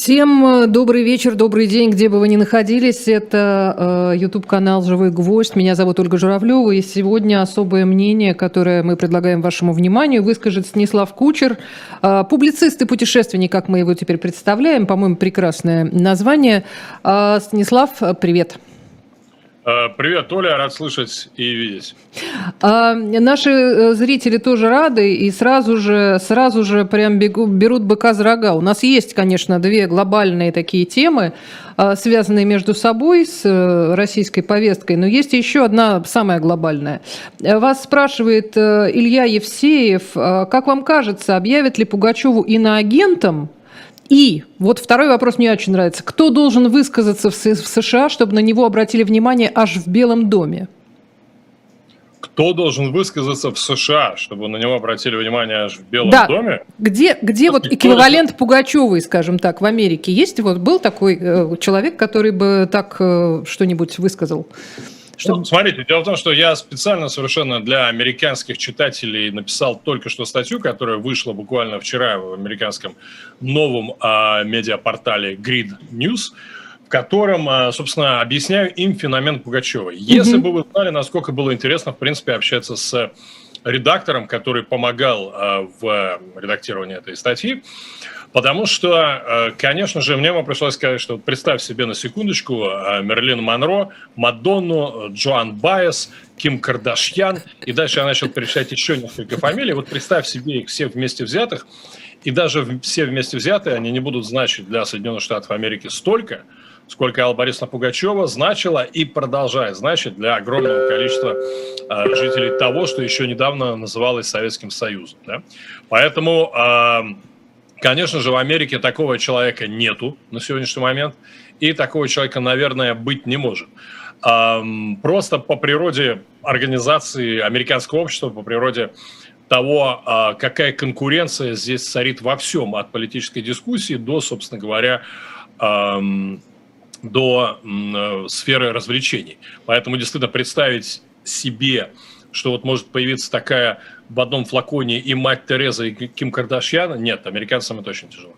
Всем добрый вечер, добрый день, где бы вы ни находились. Это YouTube-канал «Живой гвоздь». Меня зовут Ольга Журавлева. И сегодня особое мнение, которое мы предлагаем вашему вниманию, выскажет Станислав Кучер, публицист и путешественник, как мы его теперь представляем. По-моему, прекрасное название. Станислав, привет. Привет, Оля, рад слышать и видеть. Наши зрители тоже рады и сразу же прям берут быка за рога. У нас есть, конечно, две глобальные такие темы, связанные между собой с российской повесткой, но есть еще одна самая глобальная. Вас спрашивает Илья Евсеев, как вам кажется, объявят ли Пугачеву иноагентом? И вот второй вопрос мне очень нравится. Кто должен высказаться в США, чтобы на него обратили внимание аж в Белом доме? Кто должен высказаться в США, чтобы на него обратили внимание аж в Белом доме? Где вот эквивалент Пугачевой, скажем так, в Америке? Есть вот был такой человек, который бы так что-нибудь высказал? Ну, смотрите, дело в том, что я специально совершенно для американских читателей написал только что статью, которая вышла буквально вчера в американском новом медиапортале Grid News, в котором, собственно, объясняю им феномен Пугачевой. Если бы вы знали, насколько было интересно, в принципе, общаться с редактором, который помогал в редактировании этой статьи, потому что, конечно же, мне пришлось сказать, что представь себе на секундочку Мерлин Монро, Мадонну, Джоан Баэс, Ким Кардашьян, и дальше я начал перечислять еще несколько фамилий. Вот представь себе их всех вместе взятых, и даже все вместе взятые, они не будут значить для Соединенных Штатов Америки столько, сколько Алла Борисовна Пугачева значила и продолжает значить для огромного количества жителей того, что еще недавно называлось Советским Союзом. Да? Поэтому... Конечно же, в Америке такого человека нету на сегодняшний момент, и такого человека, наверное, быть не может. Просто по природе организации американского общества, по природе того, какая конкуренция здесь царит во всем, от политической дискуссии до, собственно говоря, до сферы развлечений. Поэтому действительно представить себе, что вот может появиться такая в одном флаконе и мать Тереза, и Ким Кардашьян, нет, американцам это очень тяжело.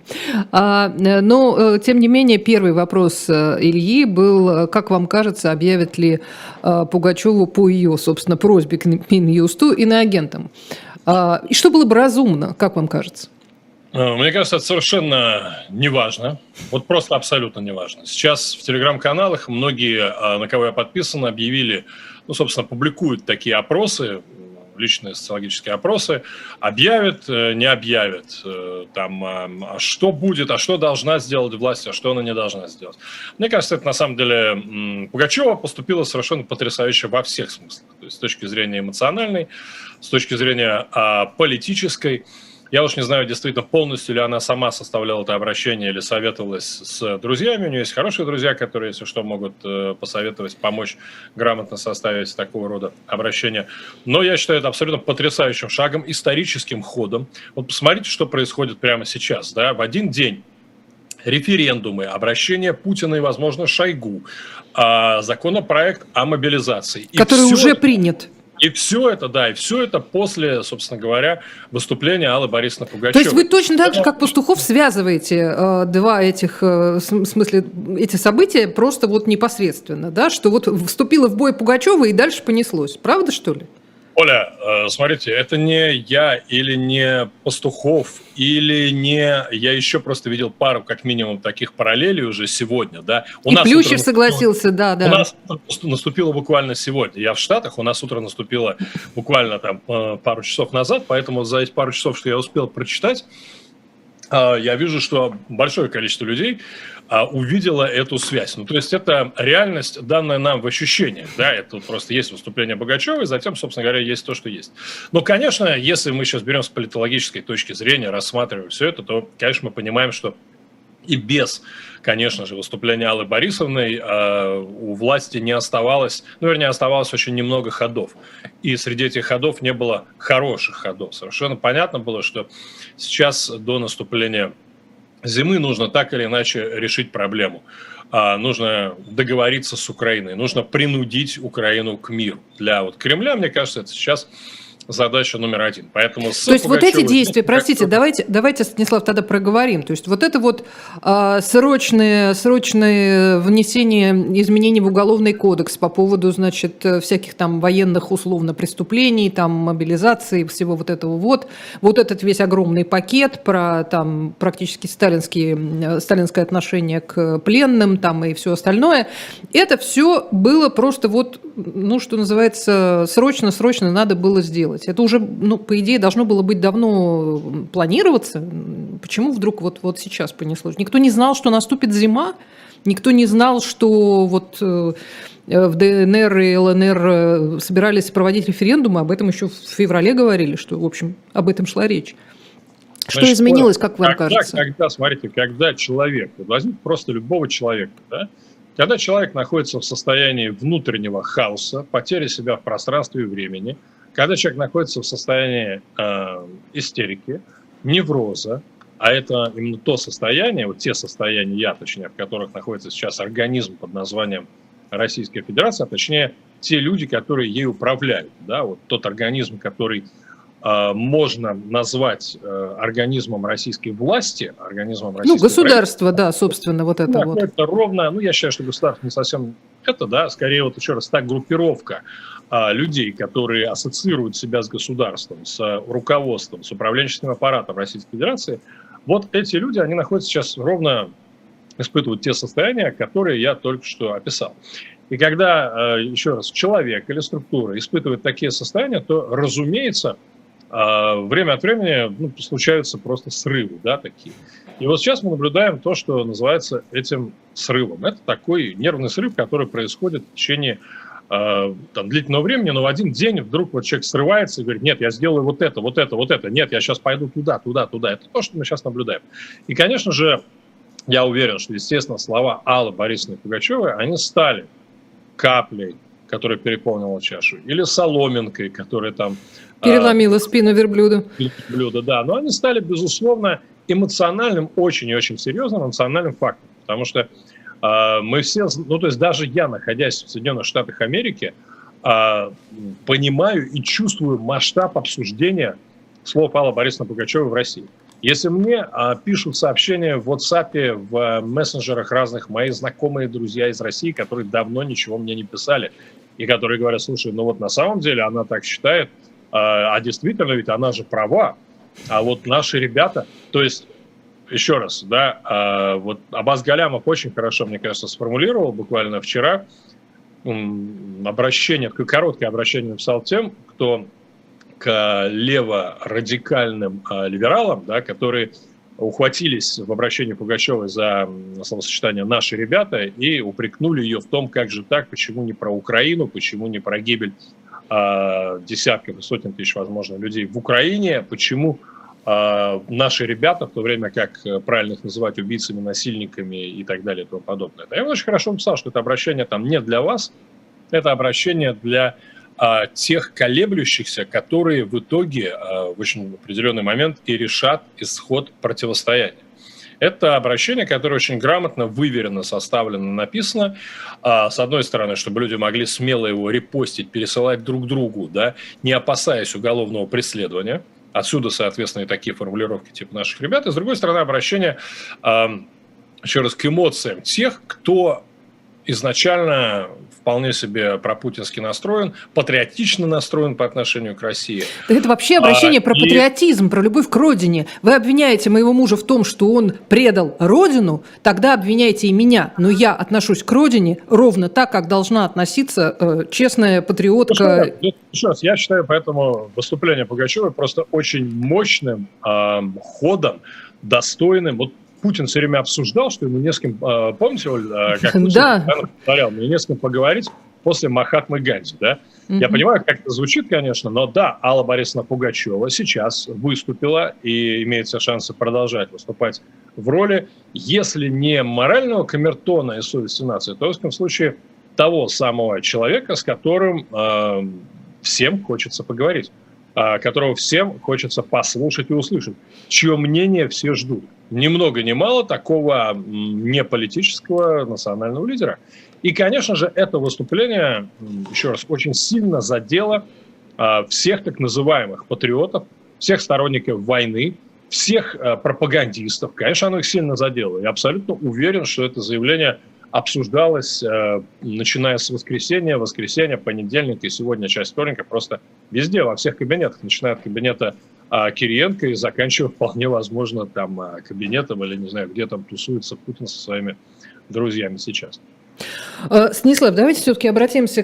Но, тем не менее, первый вопрос Ильи был, как вам кажется, объявят ли Пугачеву по ее, собственно, просьбе к Минюсту иноагентом? И что было бы разумно, как вам кажется? Мне кажется, это совершенно неважно, вот просто абсолютно неважно. Сейчас в телеграм-каналах многие, на кого я подписан, объявили, ну, собственно, публикуют такие опросы, личные социологические опросы, объявят, не объявят, там, что будет, а что должна сделать власть, а что она не должна сделать. Мне кажется, это на самом деле Пугачева поступила совершенно потрясающе во всех смыслах. То есть с точки зрения эмоциональной, с точки зрения политической. Я уж не знаю, действительно, полностью ли она сама составляла это обращение или советовалась с друзьями. У нее есть хорошие друзья, которые, если что, могут посоветовать, помочь грамотно составить такого рода обращение. Но я считаю это абсолютно потрясающим шагом, историческим ходом. Вот посмотрите, что происходит прямо сейчас. Да? В один день референдумы, обращение Путина и, возможно, Шойгу, законопроект о мобилизации. Который уже принят. И все это, да, и все это после, собственно говоря, выступления Аллы Борисовны Пугачевой. То есть вы точно так же, как Пастухов, связываете два этих, в смысле, эти события просто вот непосредственно, да, что вот вступила в бой Пугачева и дальше понеслось. Правда, что ли? Оля, смотрите, это не я или не Пастухов, или не... Я еще просто видел пару, как минимум, таких параллелей уже сегодня, да. И Плющев согласился, да. У нас наступило буквально сегодня. Я в Штатах, у нас утро наступило буквально там пару часов назад, поэтому за эти пару часов, что я успел прочитать, я вижу, что большое количество людей увидела эту связь. Ну, то есть это реальность, данная нам в ощущениях. Да? Это просто есть выступление Пугачевой, затем, собственно говоря, есть то, что есть. Но, конечно, если мы сейчас берем с политологической точки зрения, рассматриваем все это, то, конечно, мы понимаем, что и без, конечно же, выступления Аллы Борисовны у власти не оставалось, ну, вернее, оставалось очень немного ходов. И среди этих ходов не было хороших ходов. Совершенно понятно было, что сейчас до наступления зимы нужно так или иначе решить проблему. Нужно договориться с Украиной, нужно принудить Украину к миру. Для вот Кремля, мне кажется, это сейчас задача номер один. Поэтому то есть вот эти действия, простите, давайте, Станислав, тогда проговорим. То есть вот это вот срочное внесение изменений в Уголовный кодекс по поводу, значит, всяких там военных условно преступлений, там мобилизации, всего вот этого вот этот весь огромный пакет про там практически сталинское отношение к пленным там и все остальное, это все было просто вот, ну, что называется, срочно надо было сделать. Это уже, ну, по идее, должно было быть давно планироваться. Почему вдруг вот сейчас понеслось? Никто не знал, что наступит зима, никто не знал, что вот в ДНР и ЛНР собирались проводить референдумы, об этом еще в феврале говорили, что, в общем, об этом шла речь. Что изменилось, как вам кажется? Смотрите, когда человек, возьмите просто любого человека, да, когда человек находится в состоянии внутреннего хаоса, потери себя в пространстве и времени, когда человек находится в состоянии истерики, невроза, а это именно то состояние, вот те состояния, точнее, в которых находится сейчас организм под названием Российская Федерация, а точнее те люди, которые ей управляют, да, вот тот организм, который можно назвать организмом российской власти, организмом российской государство, да, собственно, вот это вот. Это ровно, я считаю, что государство не совсем это, да, скорее вот еще раз, та группировка людей, которые ассоциируют себя с государством, с руководством, с управленческим аппаратом Российской Федерации, вот эти люди, они находятся сейчас ровно, испытывают те состояния, которые я только что описал. И когда, еще раз, человек или структура испытывает такие состояния, то, разумеется, время от времени случаются просто срывы, да, такие. И вот сейчас мы наблюдаем то, что называется этим срывом. Это такой нервный срыв, который происходит в течение длительного времени, но в один день вдруг вот человек срывается и говорит: нет, я сделаю вот это, нет, я сейчас пойду туда. Это то, что мы сейчас наблюдаем. И, конечно же, я уверен, что, естественно, слова Аллы Борисовны Пугачевой, они стали каплей, которая переполнила чашу, или соломинкой, которая там переломила спину верблюда. Да, но они стали, безусловно, эмоциональным, очень и очень серьезным эмоциональным фактором, потому что мы все, то есть даже я, находясь в Соединенных Штатах Америки, понимаю и чувствую масштаб обсуждения слов Аллы Борисовны Пугачевой в России. Если мне пишут сообщения в WhatsApp, в мессенджерах разных мои знакомые друзья из России, которые давно ничего мне не писали, и которые говорят: слушай, на самом деле она так считает, а действительно ведь она же права, а вот наши ребята, то есть, еще раз, да, вот Аббас Галямов очень хорошо, мне кажется, сформулировал буквально вчера обращение, такое короткое обращение написал тем, кто к леворадикальным либералам, да, которые ухватились в обращении Пугачевой за словосочетание «наши ребята» и упрекнули ее в том, как же так, почему не про Украину, почему не про гибель десятков и сотен тысяч, возможно, людей в Украине, почему наши ребята, в то время как правильно их называть убийцами, насильниками и так далее и тому подобное. Я очень хорошо написал, что это обращение там не для вас, это обращение для тех колеблющихся, которые в итоге в очень определенный момент и решат исход противостояния. Это обращение, которое очень грамотно, выверенно составлено, написано. С одной стороны, чтобы люди могли смело его репостить, пересылать друг другу, да, не опасаясь уголовного преследования. Отсюда, соответственно, и такие формулировки типа «наших ребят». И с другой стороны, обращение, еще раз, к эмоциям тех, кто изначально вполне себе пропутински настроен, патриотично настроен по отношению к России. Да это вообще обращение про патриотизм, про любовь к родине. Вы обвиняете моего мужа в том, что он предал родину, тогда обвиняйте и меня. Но я отношусь к родине ровно так, как должна относиться честная патриотка. Еще раз, я считаю поэтому выступление Пугачевой просто очень мощным ходом, достойным. Вот Путин все время обсуждал, что ему не с кем, помните, Оль, как Путин повторял, мне не с кем поговорить после Махатмы Ганди, да? Я понимаю, как это звучит, конечно, но да, Алла Борисовна Пугачева сейчас выступила и имеет все шансы продолжать выступать в роли, если не морального камертона и совести нации, то, в этом случае, того самого человека, с которым всем хочется поговорить, которого всем хочется послушать и услышать, чье мнение все ждут. Ни много ни мало такого неполитического национального лидера. И, конечно же, это выступление, еще раз, очень сильно задело всех так называемых патриотов, всех сторонников войны, всех пропагандистов. Конечно, оно их сильно задело. Я абсолютно уверен, что это заявление обсуждалось, начиная с воскресенья, понедельника и сегодня часть вторника, просто везде, во всех кабинетах, начиная от кабинета Кириенко и заканчивая, вполне возможно, там кабинетом или, не знаю, где там тусуется Путин со своими друзьями сейчас. Станислав, давайте все-таки обратимся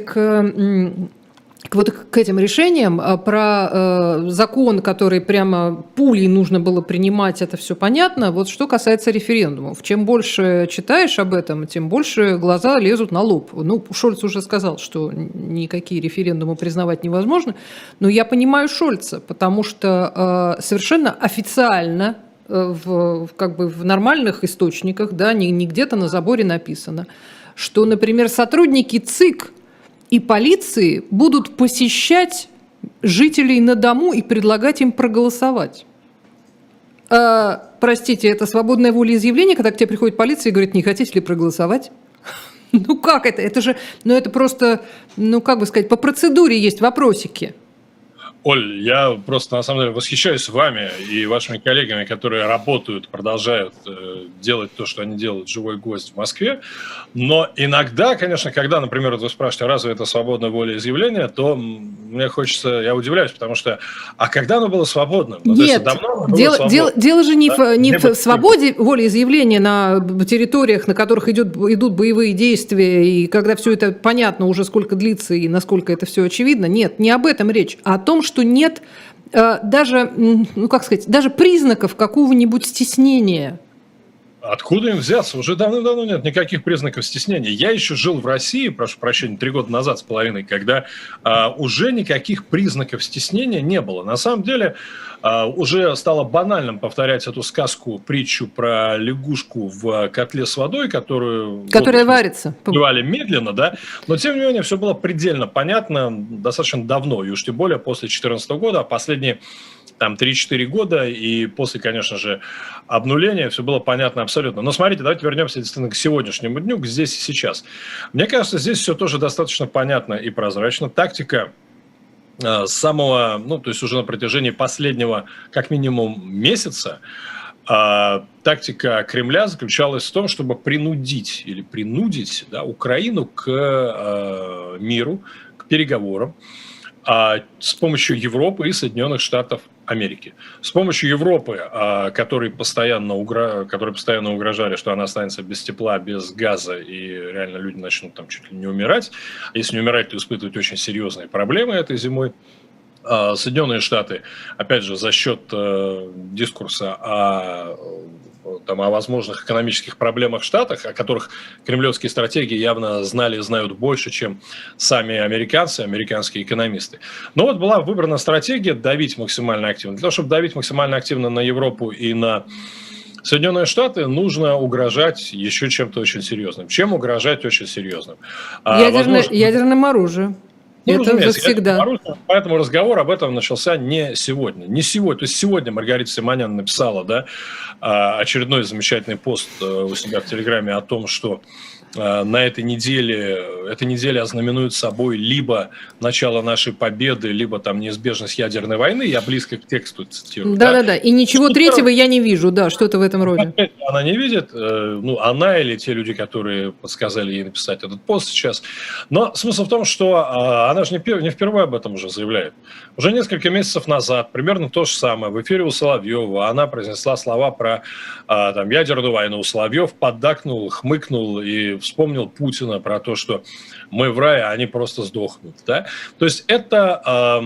вот к этим решениям. Про закон, который прямо пулей нужно было принимать, это все понятно. Вот что касается референдумов. Чем больше читаешь об этом, тем больше глаза лезут на лоб. Ну, Шольц уже сказал, что никакие референдумы признавать невозможно. Но я понимаю Шольца, потому что совершенно официально как бы в нормальных источниках, да, не где-то на заборе написано, что, например, сотрудники ЦИК и полиции будут посещать жителей на дому и предлагать им проголосовать. Простите, это свободное волеизъявление, когда к тебе приходит полиция и говорит, не хотите ли проголосовать? Ну как это? Это же, ну это просто, ну как бы сказать, по процедуре есть вопросики. Оль, я просто, на самом деле, восхищаюсь вами и вашими коллегами, которые работают, продолжают делать то, что они делают, «Живой гвоздь» в Москве. Но иногда, конечно, когда, например, вы спрашиваете, разве это свободное волеизъявление, то мне хочется, я удивляюсь, потому что, а когда оно было свободным? Ну, нет, дело же не в свободе волеизъявления на территориях, на которых идут боевые действия, и когда все это понятно уже, сколько длится и насколько это все очевидно. Нет, не об этом речь, а о том, что нет даже, ну как сказать, даже признаков какого-нибудь стеснения. Откуда им взяться? Уже давно нет никаких признаков стеснения. Я еще жил в России, прошу прощения, 3 года назад с половиной, когда уже никаких признаков стеснения не было. На самом деле уже стало банальным повторять эту сказку, притчу про лягушку в котле с водой, которая варится. Поливали медленно, да. Но тем не менее все было предельно понятно достаточно давно, и уж тем более после 2014 года, а последние там 3-4 года, и после, конечно же, обнуления все было понятно абсолютно. Но смотрите, давайте вернемся действительно к сегодняшнему дню, к здесь и сейчас. Мне кажется, здесь все тоже достаточно понятно и прозрачно. Тактика самого, ну, то есть уже на протяжении последнего, как минимум, месяца, тактика Кремля заключалась в том, чтобы принудить Украину к миру, к переговорам, с помощью Европы и Соединенных Штатов Америки. С помощью Европы, которые постоянно угрожали, что она останется без тепла, без газа, и реально люди начнут там чуть ли не умирать. Если не умирать, то испытывать очень серьезные проблемы этой зимой. Соединенные Штаты, опять же, за счет дискурса о возможных экономических проблемах в Штатах, о которых кремлевские стратеги явно знали и знают больше, чем сами американцы, американские экономисты. Но вот была выбрана стратегия давить максимально активно. Для того, чтобы давить максимально активно на Европу и на Соединенные Штаты, нужно угрожать еще чем-то очень серьезным. Чем угрожать очень серьезным? Ядерным оружием. Это уже всегда. Поэтому разговор об этом начался не сегодня. То есть сегодня Маргарита Симонян написала, да, очередной замечательный пост у себя в Телеграме о том, что на эта неделя ознаменует собой либо начало нашей победы, либо там неизбежность ядерной войны. Я близко к тексту цитирую. Да. И ничего третьего я не вижу, да, что-то в этом роде. Она не видит, она или те люди, которые подсказали ей написать этот пост сейчас. Но смысл в том, что она же не впервые об этом уже заявляет. Уже несколько месяцев назад, примерно то же самое, в эфире у Соловьева она произнесла слова про ядерную войну. Соловьев поддакнул, хмыкнул и вспомнил Путина про то, что мы в рае, а они просто сдохнут. Да? То есть этот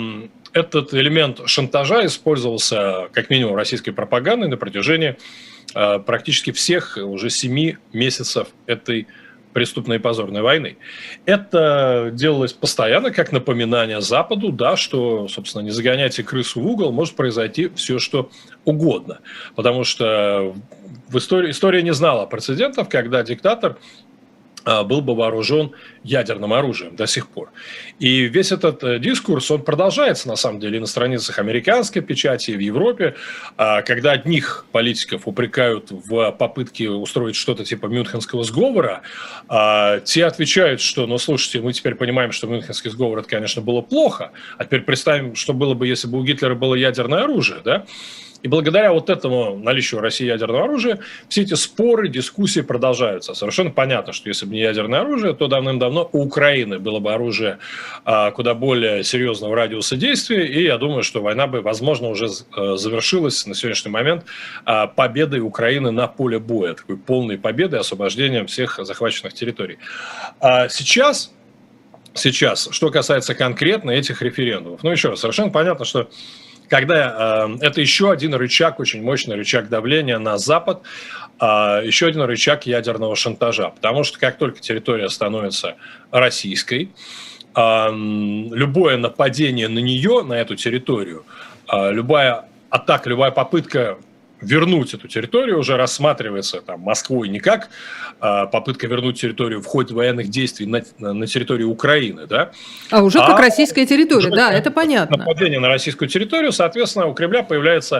элемент шантажа использовался как минимум российской пропагандой на протяжении практически всех уже 7 месяцев этой преступной и позорной войны. Это делалось постоянно как напоминание Западу, да, что, собственно, не загоняйте крысу в угол, может произойти все, что угодно. Потому что история не знала прецедентов, когда диктатор был бы вооружен ядерным оружием до сих пор. И весь этот дискурс, он продолжается, на самом деле, и на страницах американской печати, и в Европе, когда одних политиков упрекают в попытке устроить что-то типа Мюнхенского сговора, те отвечают, что, ну, слушайте, мы теперь понимаем, что Мюнхенский сговор, это, конечно, было плохо, а теперь представим, что было бы, если бы у Гитлера было ядерное оружие, да? И благодаря вот этому наличию в России ядерного оружия все эти споры, дискуссии продолжаются. Совершенно понятно, что если бы не ядерное оружие, то давным-давно у Украины было бы оружие куда более серьезного радиуса действия, и я думаю, что война бы, возможно, уже завершилась на сегодняшний момент победой Украины на поле боя, такой полной победой, освобождением всех захваченных территорий. Сейчас, что касается конкретно этих референдумов, ну еще раз, совершенно понятно, что когда это еще один рычаг, очень мощный рычаг давления на Запад, еще один рычаг ядерного шантажа. Потому что как только территория становится российской, любое нападение на нее, на эту территорию, любая атака, любая попытка вернуть эту территорию уже рассматривается там Москвой не как попытка вернуть территорию в ходе военных действий на территории Украины, да? А уже как российская территория, да, это понятно. Нападение на российскую территорию, соответственно, у Кремля появляется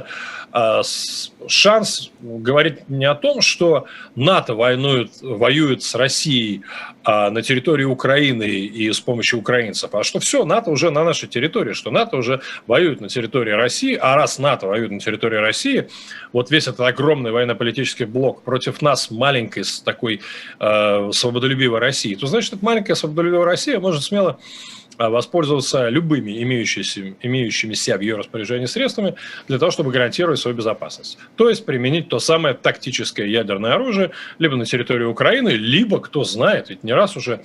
шанс говорить не о том, что НАТО воюет с Россией на территории Украины и с помощью украинцев, а что все, НАТО уже на нашей территории, что НАТО уже воюет на территории России, а раз НАТО воюет на территории России, вот весь этот огромный военно-политический блок против нас, маленькой такой свободолюбивой России, то значит, эта маленькая свободолюбивая Россия может смело воспользоваться любыми имеющимися в ее распоряжении средствами для того, чтобы гарантировать свою безопасность. То есть применить то самое тактическое ядерное оружие либо на территории Украины, либо, кто знает, ведь не раз уже...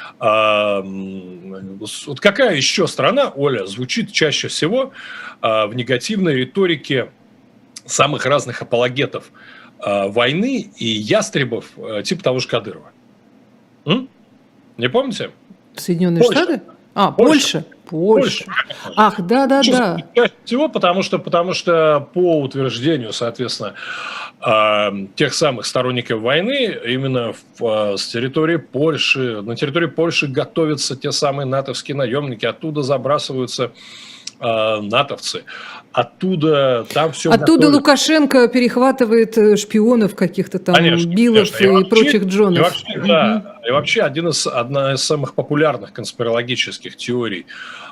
Вот какая еще страна, Оля, звучит чаще всего в негативной риторике самых разных апологетов войны и ястребов типа того же Кадырова? Не помните? Соединенные Штаты? Польша. Ах, да. Чаще всего, потому что по утверждению, соответственно, тех самых сторонников войны, именно с территории Польши, на территории Польши готовятся те самые натовские наемники, оттуда забрасываются натовцы. Оттуда там все Оттуда готовится. Лукашенко перехватывает шпионов каких-то там, конечно, Билов конечно. И прочих Джонов. И вообще одна из самых популярных конспирологических теорий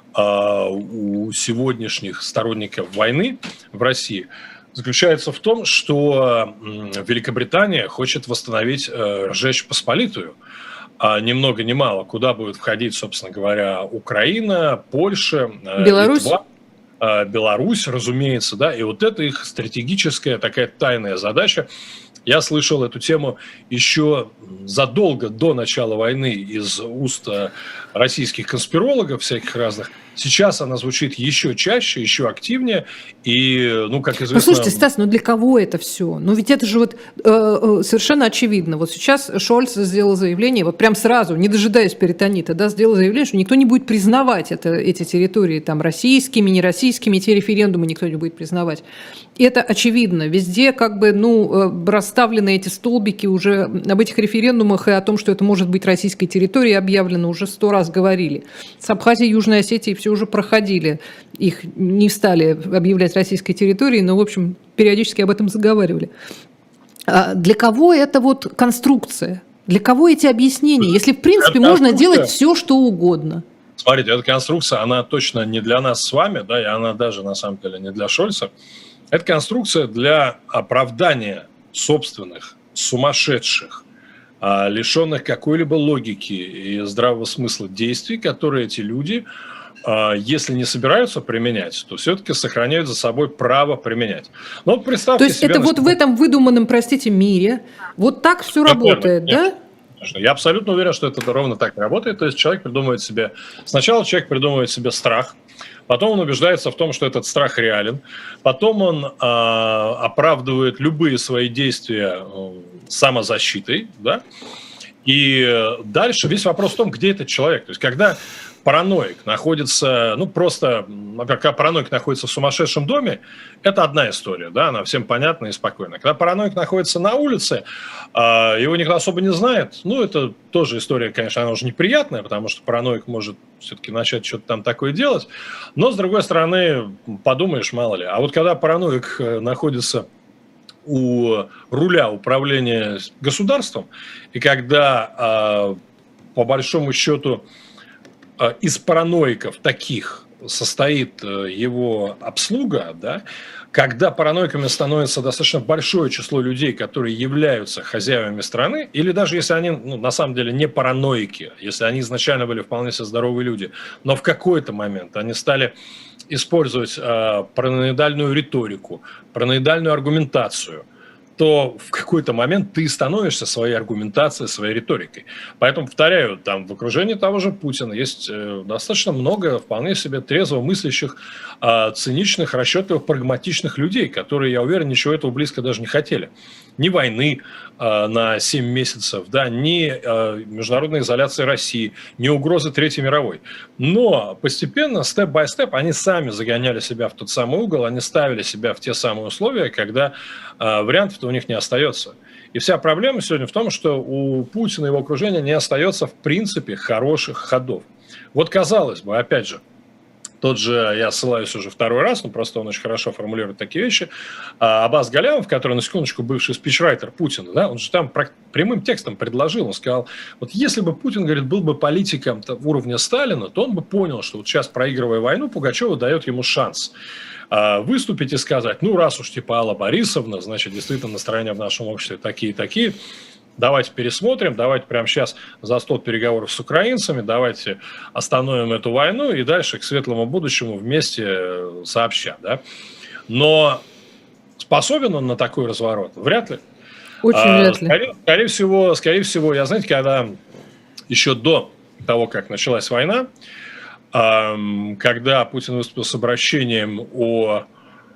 у сегодняшних сторонников войны в России заключается в том, что Великобритания хочет восстановить Речь Посполитую. Ни много ни мало, куда будет входить, собственно говоря, Украина, Польша, Беларусь. Литва, Беларусь, разумеется, да, и вот это их стратегическая такая тайная задача. Я слышал эту тему еще задолго до начала войны из уст российских конспирологов всяких разных. Сейчас она звучит еще чаще, еще активнее. И, ну, как известно... Послушайте, Стас, ну для кого это все? Ну ведь это же вот совершенно очевидно. Вот сейчас Шольц сделал заявление, вот прям сразу, не дожидаясь перитонита, да, сделал заявление, что никто не будет признавать эти территории там российскими, нероссийскими, эти референдумы никто не будет признавать. И это очевидно. Везде как бы, расставлены эти столбики уже об этих референдумах и о том, что это может быть российской территорией, объявлено, уже 100 раз говорили. С Абхазией, Южной Осетией все уже проходили. Их не стали объявлять российской территорией, но, в общем, периодически об этом заговаривали. Для кого это вот конструкция? Для кого эти объяснения? Если, в принципе, можно делать все, что угодно. Смотрите, эта конструкция, она точно не для нас с вами, да, и она даже, на самом деле, не для Шольца. Это конструкция для оправдания собственных, сумасшедших, лишенных какой-либо логики и здравого смысла действий, которые эти люди, если не собираются применять, то все-таки сохраняют за собой право применять. Но вот представьте то есть себе это вот в этом выдуманном, простите, мире вот так все работает, да? Я абсолютно уверен, что это ровно так работает. То есть человек придумывает себе... Сначала человек придумывает себе страх, потом он убеждается в том, что этот страх реален, потом он оправдывает любые свои действия самозащитой, да? И дальше весь вопрос в том, где этот человек. То есть когда параноик находится, ну, просто, например, когда параноик находится в сумасшедшем доме, это одна история, да, она всем понятна и спокойна. Когда параноик находится на улице, его никто особо не знает, ну, это тоже история, конечно, она уже неприятная, потому что параноик может все-таки начать что-то там такое делать, но, с другой стороны, подумаешь, мало ли. А вот когда параноик находится у руля управления государством, и когда, по большому счету, из параноиков таких состоит его обслуга, да, когда параноиками становится достаточно большое число людей, которые являются хозяевами страны, или даже если они, ну, на самом деле не параноики, если они изначально были вполне себе здоровые люди, но в какой-то момент они стали использовать параноидальную риторику, параноидальную аргументацию, то в какой-то момент ты становишься своей аргументацией, своей риторикой. Поэтому, повторяю, там в окружении того же Путина есть достаточно много вполне себе трезво мыслящих, циничных, расчетливых, прагматичных людей, которые, я уверен, ничего этого близко даже не хотели. Ни войны на 7 месяцев, да, ни международной изоляции России, ни угрозы Третьей мировой. Но постепенно, степ-бай-степ, они сами загоняли себя в тот самый угол, они ставили себя в те самые условия, когда вариантов-то у них не остается. И вся проблема сегодня в том, что у Путина и его окружения не остается в принципе хороших ходов. Вот казалось бы, опять же, тот же, я ссылаюсь уже второй раз, но просто он очень хорошо формулирует такие вещи, Аббас Галямов, который, на секундочку, бывший спичрайтер Путина, да, он же там прямым текстом предложил, он сказал, вот если бы Путин, говорит, был бы политиком уровня Сталина, то он бы понял, что вот сейчас, проигрывая войну, Пугачева дает ему шанс выступить и сказать, ну, раз уж типа Алла Борисовна, значит, действительно настроения в нашем обществе такие-такие, давайте пересмотрим, давайте прямо сейчас за стол переговоров с украинцами, давайте остановим эту войну и дальше к светлому будущему вместе сообща. Да? Но способен он на такой разворот? Вряд ли. Очень вряд ли. Скорее всего, я, знаете, когда еще до того, как началась война, когда Путин выступил с обращением о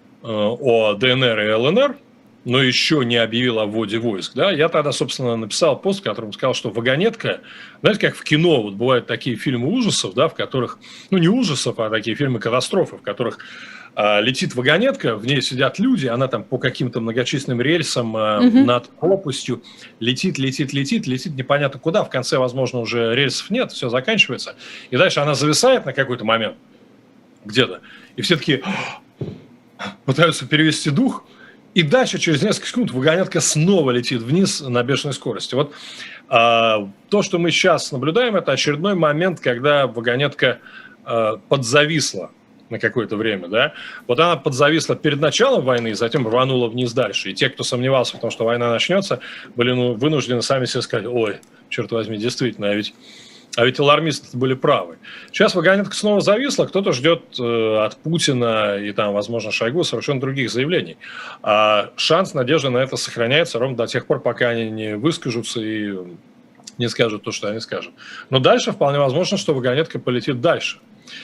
ДНР и ЛНР, но еще не объявил о вводе войск, да, я тогда, собственно, написал пост, в котором сказал, что вагонетка, знаете, как в кино, вот бывают такие фильмы ужасов, да, в которых, ну, не ужасов, а такие фильмы катастрофы, в которых летит вагонетка, в ней сидят люди, она там по каким-то многочисленным рельсам над пропастью летит непонятно куда, в конце, возможно, уже рельсов нет, все заканчивается, и дальше она зависает на какой-то момент где-то, и все такие пытаются перевести дух, и дальше, через несколько секунд, вагонетка снова летит вниз на бешеной скорости. Вот то, что мы сейчас наблюдаем, это очередной момент, когда вагонетка подзависла на какое-то время. Да? Вот она подзависла перед началом войны, затем рванула вниз дальше. И те, кто сомневался в том, что война начнется, были вынуждены сами себе сказать, ой, черт возьми, действительно, а ведь алармисты были правы. Сейчас вагонетка снова зависла, кто-то ждет от Путина и там, возможно, Шойгу совершенно других заявлений. А шанс, надежда на это сохраняется ровно до тех пор, пока они не выскажутся и не скажут то, что они скажут. Но дальше вполне возможно, что вагонетка полетит дальше.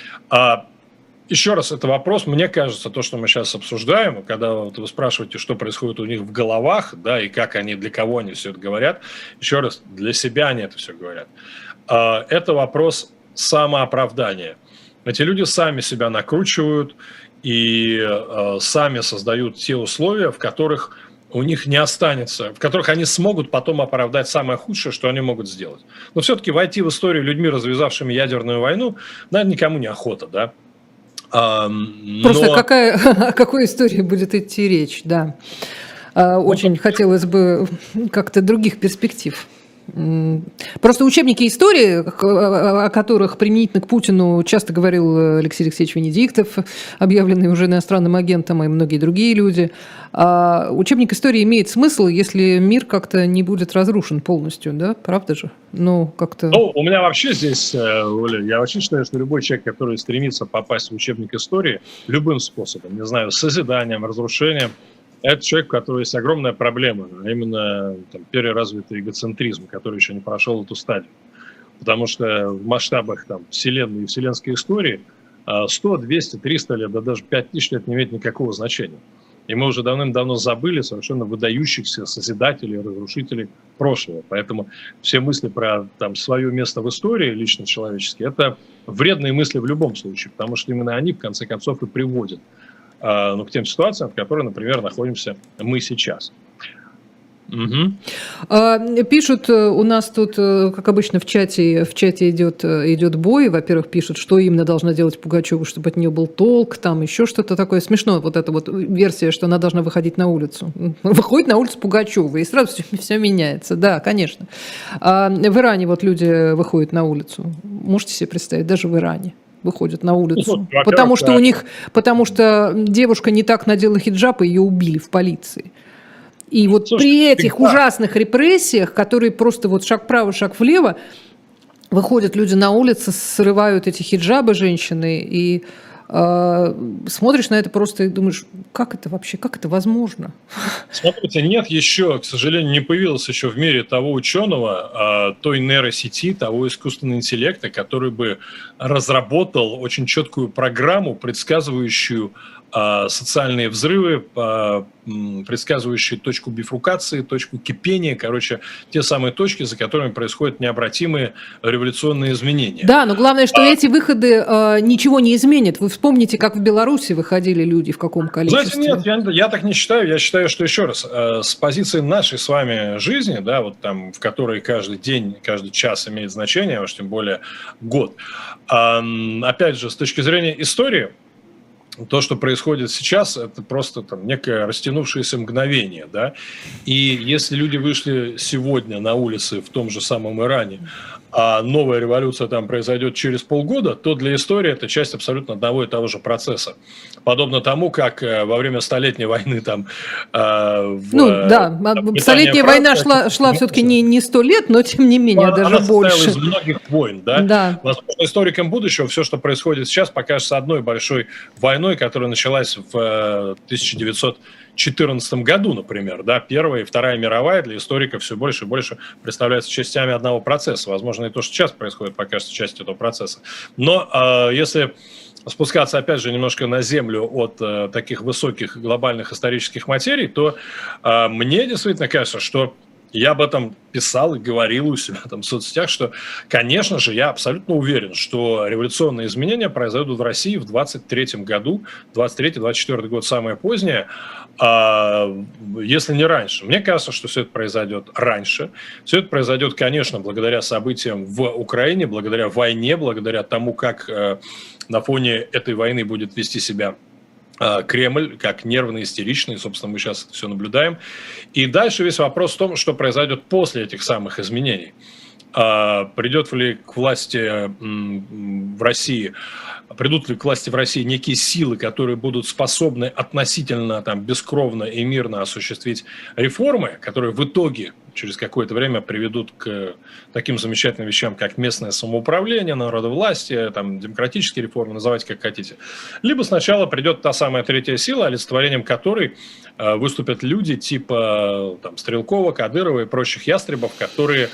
Еще раз, это вопрос, мне кажется, то, что мы сейчас обсуждаем, когда вот вы спрашиваете, что происходит у них в головах, да, и как они, для кого они все это говорят, еще раз, для себя они это все говорят. Это вопрос самооправдания. Эти люди сами себя накручивают и сами создают те условия, в которых у них не останется, в которых они смогут потом оправдать самое худшее, что они могут сделать. Но все-таки войти в историю людьми, развязавшими ядерную войну, наверное, никому не охота, да? Просто о какой истории будет идти речь, да. Очень хотелось бы как-то других перспектив. Просто учебники истории, о которых применительно к Путину часто говорил Алексей Алексеевич Венедиктов, объявленный уже иностранным агентом, и многие другие люди, учебник истории имеет смысл, если мир как-то не будет разрушен полностью, да? Правда же? Ну, как-то... Ну, у меня вообще здесь, Оля, я вообще считаю, что любой человек, который стремится попасть в учебник истории любым способом, не знаю, созиданием, разрушением, это человек, у которого есть огромная проблема, а именно там, переразвитый эгоцентризм, который еще не прошел эту стадию. Потому что в масштабах там, Вселенной и вселенской истории 100, 200, 300 лет, да даже 5000 лет не имеет никакого значения. И мы уже давным-давно забыли совершенно выдающихся созидателей, разрушителей прошлого. Поэтому все мысли про там, свое место в истории, лично человеческие, это вредные мысли в любом случае, потому что именно они, в конце концов, и приводят к тем ситуациям, в которых, например, находимся мы сейчас. Угу. Пишут у нас тут, как обычно, в чате идет бой. Во-первых, пишут, что именно должна делать Пугачева, чтобы от нее был толк, там еще что-то такое. Смешно, вот эта вот версия, что она должна выходить на улицу. Выходит на улицу Пугачева, и сразу все меняется. Да, конечно. В Иране вот люди выходят на улицу. Можете себе представить, даже в Иране выходят на улицу. Потому что девушка не так надела хиджаб, и ее убили в полиции. И вот при этих ужасных репрессиях, которые просто вот шаг вправо, шаг влево, выходят люди на улицы, срывают эти хиджабы женщины, и смотришь на это просто и думаешь, как это вообще, как это возможно? Смотрите, нет еще, к сожалению, не появилось еще в мире того ученого, той нейросети, того искусственного интеллекта, который бы разработал очень четкую программу, предсказывающую социальные взрывы, предсказывающие точку бифуркации, точку кипения, короче, те самые точки, за которыми происходят необратимые революционные изменения. Да, но главное, что эти выходы ничего не изменят. Вы вспомните, как в Беларуси выходили люди, в каком количестве. Знаете, нет, я так не считаю. Я считаю, что, еще раз, с позиции нашей с вами жизни, да, вот там, в которой каждый день, каждый час имеет значение, а уж тем более год, опять же, с точки зрения истории, то, что происходит сейчас, это просто там некое растянувшееся мгновение, да. И если люди вышли сегодня на улицы в том же самом Иране, а новая революция там произойдет через полгода, то для истории это часть абсолютно одного и того же процесса. Подобно тому, как во время Столетней войны там... Столетняя война шла все-таки не 100 лет, но тем не менее, даже больше. Она состояла из многих войн, да? Да. Возможно, историкам будущего все, что происходит сейчас, покажется одной большой войной, которая началась в 1914 году, например, да, Первая и Вторая мировая для историков все больше и больше представляются частями одного процесса. Возможно, и то, что сейчас происходит, покажется частью этого процесса. Но если спускаться, опять же, немножко на землю от таких высоких глобальных исторических материй, то мне действительно кажется, что я об этом писал и говорил у себя там в соцсетях, что, конечно же, я абсолютно уверен, что революционные изменения произойдут в России в 2023 году, 2023-2024 год самое позднее, если не раньше. Мне кажется, что все это произойдет раньше. Все это произойдет, конечно, благодаря событиям в Украине, благодаря войне, благодаря тому, как на фоне этой войны будет вести себя Кремль, как нервно истеричный, собственно, мы сейчас все наблюдаем. И дальше весь вопрос в том, что произойдет после этих самых изменений. Придут ли к власти в России некие силы, которые будут способны относительно там, бескровно и мирно осуществить реформы, которые в итоге через какое-то время приведут к таким замечательным вещам, как местное самоуправление, народовластие, там, демократические реформы, называйте как хотите. Либо сначала придет та самая третья сила, олицетворением которой выступят люди типа там, Стрелкова, Кадырова и прочих ястребов, которые,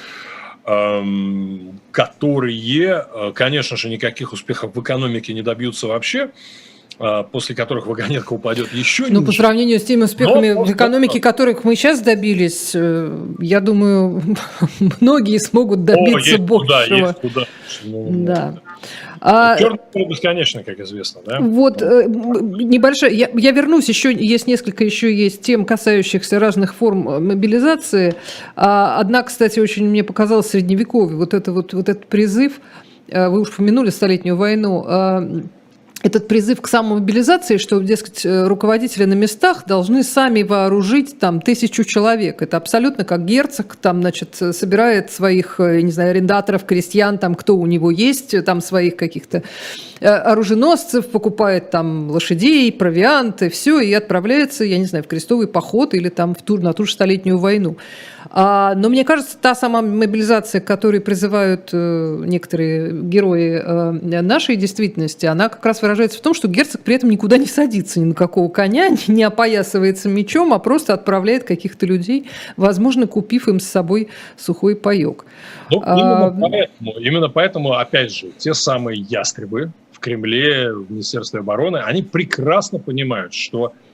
конечно же, никаких успехов в экономике не добьются вообще, после которых вагонетка упадет еще ниже. Ну, по сравнению с теми успехами в экономике, которых мы сейчас добились, я думаю, многие смогут добиться большего. Да. Черный ход бесконечно, как известно, да? Вот небольшая. Я вернусь, еще есть несколько тем, касающихся разных форм мобилизации. Одна, кстати, очень мне показалась средневековой. Вот этот призыв, вы уж упомянули Столетнюю войну. Этот призыв к самомобилизации, что, дескать, руководители на местах должны сами вооружить там 1000 человек. Это абсолютно как герцог, там, значит, собирает своих, я не знаю, арендаторов, крестьян, там, кто у него есть, там, своих каких-то оруженосцев, покупает там лошадей, провианты, все, и отправляется, я не знаю, в крестовый поход или там на ту же Столетнюю войну. Но мне кажется, та самая мобилизация, к которой призывают некоторые герои нашей действительности, она как раз выражается в том, что герцог при этом никуда не садится ни на какого коня, не опоясывается мечом, а просто отправляет каких-то людей, возможно, купив им с собой сухой паёк. Ну, именно поэтому, опять же, те самые ястребы в Кремле, в Министерстве обороны, они прекрасно понимают, что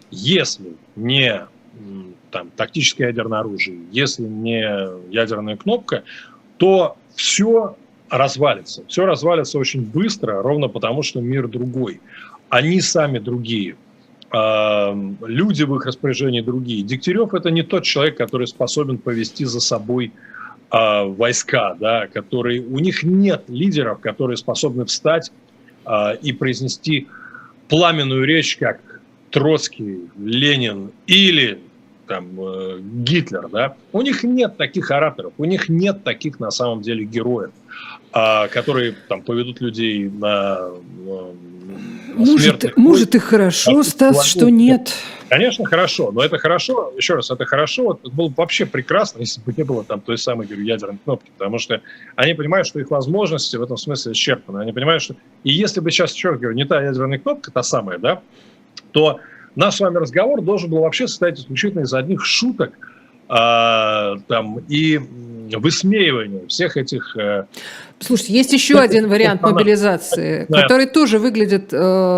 если не там, тактическое ядерное оружие, если не ядерная кнопка, то все развалится. Все развалится очень быстро, ровно потому, что мир другой. Они сами другие. Люди в их распоряжении другие. Дегтярев – это не тот человек, который способен повести за собой войска, да, которые, у них нет лидеров, которые способны встать и произнести пламенную речь, как Троцкий, Ленин или там, Гитлер. Да? У них нет таких ораторов, у них нет таких на самом деле героев, которые там, поведут людей на смерть. Может и хорошо, Стас, что нет. Конечно, хорошо, но это хорошо, еще раз, это хорошо, это было бы вообще прекрасно, если бы не было там той самой, говорю, ядерной кнопки, потому что они понимают, что их возможности в этом смысле исчерпаны, они понимают, что, и если бы сейчас, еще раз говорю, не та ядерная кнопка, та самая, да, то наш с вами разговор должен был вообще состоять исключительно из одних шуток там, и высмеивания всех этих... Слушайте, есть еще один вариант мобилизации, который тоже выглядит,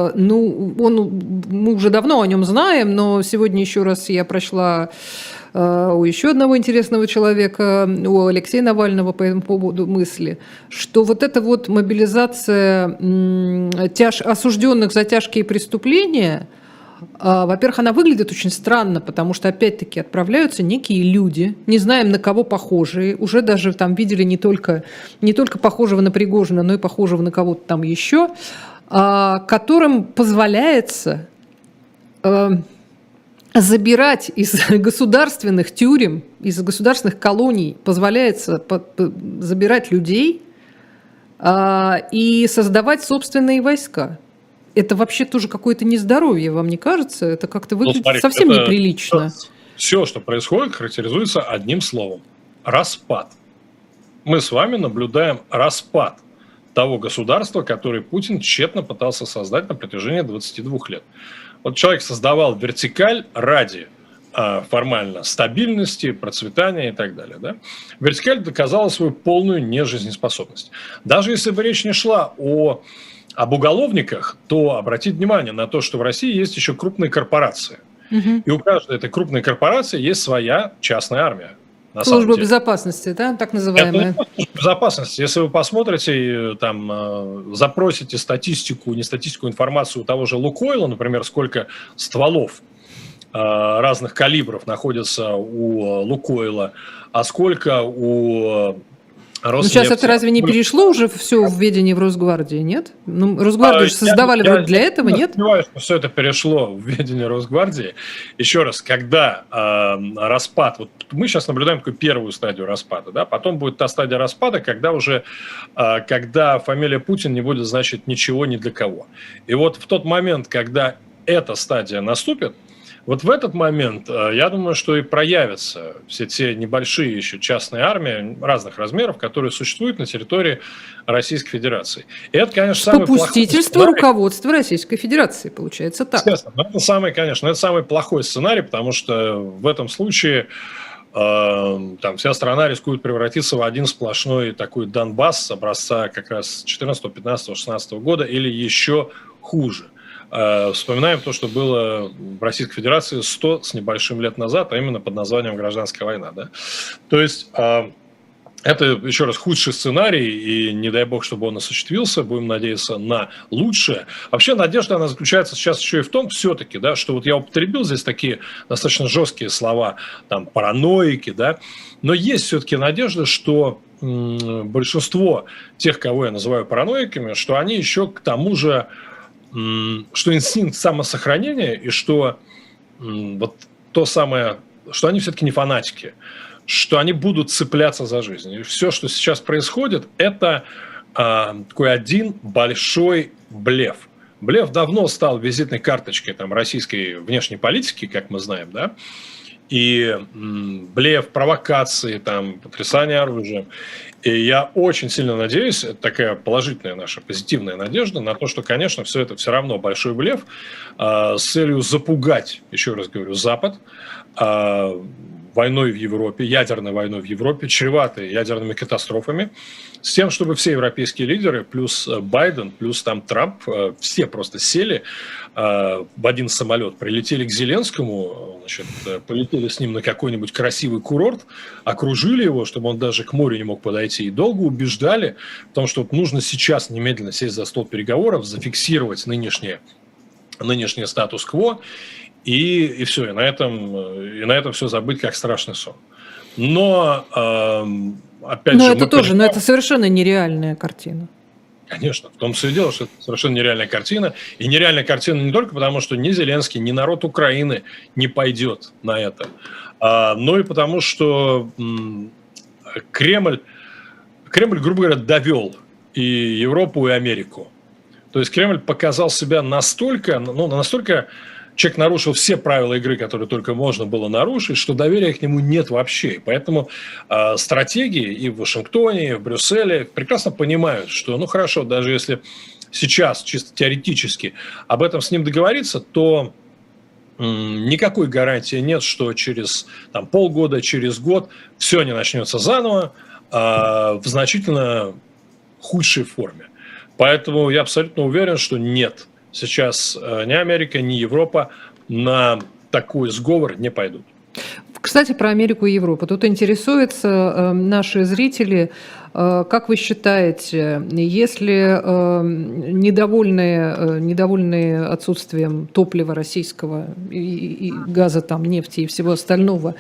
мы уже давно о нем знаем, но сегодня еще раз я прочла у еще одного интересного человека, у Алексея Навального по этому поводу мысли, что вот эта вот мобилизация осужденных за тяжкие преступления, во-первых, она выглядит очень странно, потому что, опять-таки, отправляются некие люди, не знаем, на кого похожие, уже даже там видели не только похожего на Пригожина, но и похожего на кого-то там еще, которым позволяется забирать из государственных тюрем, из государственных колоний, позволяется забирать людей и создавать собственные войска. Это вообще тоже какое-то нездоровье, вам не кажется? Это как-то выглядит совсем неприлично. Все, что происходит, характеризуется одним словом – распад. Мы с вами наблюдаем распад того государства, которое Путин тщетно пытался создать на протяжении 22 лет. Вот человек создавал вертикаль ради формально стабильности, процветания и так далее. Да? Вертикаль доказала свою полную нежизнеспособность. Даже если бы речь не шла об уголовниках, то обратите внимание на то, что в России есть еще крупные корпорации. Угу. И у каждой этой крупной корпорации есть своя частная армия. Служба безопасности, да, так называемая? Это служба безопасности. Если вы посмотрите, там, запросите статистику, не статистику, информацию у того же Лукойла, например, сколько стволов разных калибров находится у Лукойла, а сколько у Роснефти. Ну, сейчас это разве не перешло уже все в ведение в Росгвардии, нет? Ну, Росгвардию создавали вроде для этого, нет? Я сомневаюсь, что все это перешло в ведение Росгвардии. Еще раз, когда распад, вот мы сейчас наблюдаем такую первую стадию распада, да, потом будет та стадия распада, когда уже, когда фамилия Путин не будет значить ничего ни для кого. И вот в тот момент, когда эта стадия наступит, вот в этот момент, я думаю, что и проявятся все те небольшие еще частные армии разных размеров, которые существуют на территории Российской Федерации. И это, конечно, самый попустительство руководства Российской Федерации, получается так. Естественно, но это самый, конечно, это самый плохой сценарий, потому что в этом случае там вся страна рискует превратиться в один сплошной такой Донбасс образца как раз 14, 15, 16 года или еще хуже. Вспоминаем то, что было в Российской Федерации 100 с небольшим лет назад, а именно под названием «Гражданская война». Да? То есть это, еще раз, худший сценарий, и не дай бог, чтобы он осуществился, будем надеяться на лучшее. Вообще надежда, она заключается сейчас еще и в том, все-таки, да, что вот я употребил здесь такие достаточно жесткие слова, там, параноики, да, но есть все-таки надежда, что большинство тех, кого я называю параноиками, что они еще к тому же, что инстинкт самосохранения и что вот то самое, что они все-таки не фанатики, что они будут цепляться за жизнь. И все, что сейчас происходит, это такой один большой блеф. Блеф давно стал визитной карточкой там, российской внешней политики, как мы знаем, да, и блеф, провокации, там, потрясание оружием. И я очень сильно надеюсь, это такая положительная наша, позитивная надежда на то, что, конечно, все это все равно большой блеф с целью запугать, еще раз говорю, Запад, войной в Европе, ядерной войной в Европе, чреватой ядерными катастрофами, с тем, чтобы все европейские лидеры, плюс Байден, плюс там Трамп, все просто сели в один самолет, прилетели к Зеленскому, значит, полетели с ним на какой-нибудь красивый курорт, окружили его, чтобы он даже к морю не мог подойти, и долго убеждали в том, что нужно сейчас немедленно сесть за стол переговоров, зафиксировать нынешний статус-кво, и все, и на этом все забыть, как страшный сон. Но, опять же... Но это совершенно нереальная картина. Конечно, в том все и дело, что это совершенно нереальная картина. И нереальная картина не только потому, что ни Зеленский, ни народ Украины не пойдет на это, но и потому, что Кремль, грубо говоря, довел и Европу, и Америку. То есть Кремль показал себя настолько человек нарушил все правила игры, которые только можно было нарушить, что доверия к нему нет вообще. И поэтому стратегии и в Вашингтоне, и в Брюсселе прекрасно понимают, что, хорошо, даже если сейчас чисто теоретически об этом с ним договориться, то никакой гарантии нет, что через полгода, через год все не начнется заново в значительно худшей форме. Поэтому я абсолютно уверен, что нет. Сейчас ни Америка, ни Европа на такой сговор не пойдут. Кстати, про Америку и Европу. Тут интересуются наши зрители. Как вы считаете, если недовольные отсутствием топлива российского и газа, нефти и всего остального,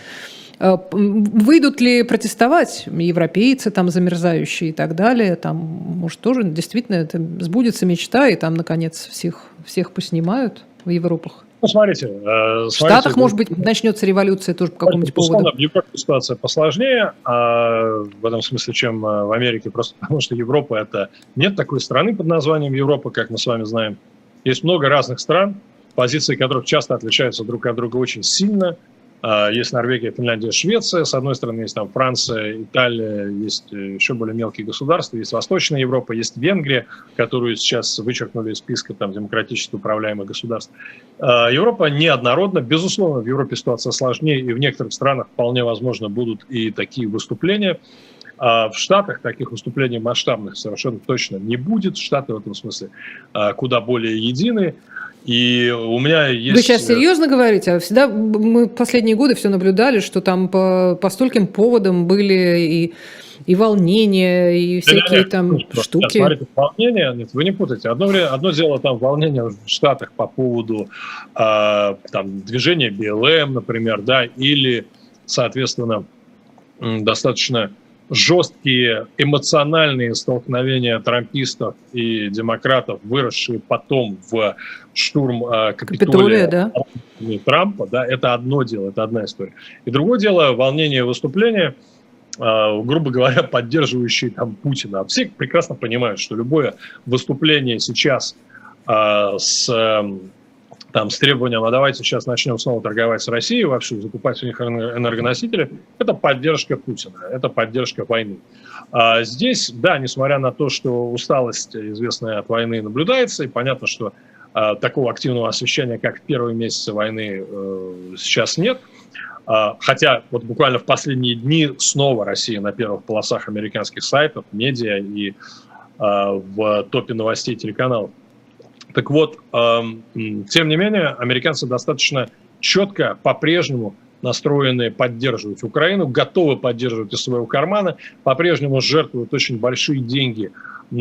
выйдут ли протестовать европейцы, замерзающие и так далее? Может, тоже действительно это сбудется мечта, и наконец, всех поснимают в Европах? Смотрите. В Штатах, может быть, начнется революция тоже по какому-нибудь поводу. В Европе ситуация посложнее, в этом смысле, чем в Америке, просто потому что Европа — это... Нет такой страны под названием Европа, как мы с вами знаем. Есть много разных стран, позиции которых часто отличаются друг от друга очень сильно. Есть Норвегия, Финляндия, Швеция. С одной стороны, есть Франция, Италия, есть еще более мелкие государства, есть Восточная Европа, есть Венгрия, которую сейчас вычеркнули из списка демократически управляемых государств. Европа неоднородна. Безусловно, в Европе ситуация сложнее, и в некоторых странах вполне возможно будут и такие выступления. В Штатах таких выступлений масштабных совершенно точно не будет. Штаты в этом смысле куда более едины. И у меня есть... Вы сейчас серьезно говорите? Всегда мы последние годы все наблюдали, что по стольким поводам были и волнения, и всякие штуки. Смотрите, волнения, нет, вы не путайте. Одно дело волнения в Штатах по поводу движения БЛМ, например, или, соответственно, достаточно жесткие эмоциональные столкновения трампистов и демократов, выросшие потом в штурм Капитолия Трампа, это одно дело, это одна история. И другое дело — волнение и выступления, грубо говоря, поддерживающие Путина. Все прекрасно понимают, что любое выступление сейчас с требованием: а давайте сейчас начнем снова торговать с Россией, вовсю закупать у них энергоносители, это поддержка Путина, это поддержка войны. Здесь, несмотря на то, что усталость известная от войны наблюдается, и понятно, что такого активного освещения, как в первые месяцы войны, сейчас нет. Хотя буквально в последние дни снова Россия на первых полосах американских сайтов, медиа и в топе новостей телеканалов. Так вот, тем не менее, американцы достаточно четко по-прежнему настроены поддерживать Украину, готовы поддерживать из своего кармана, по-прежнему жертвуют очень большие деньги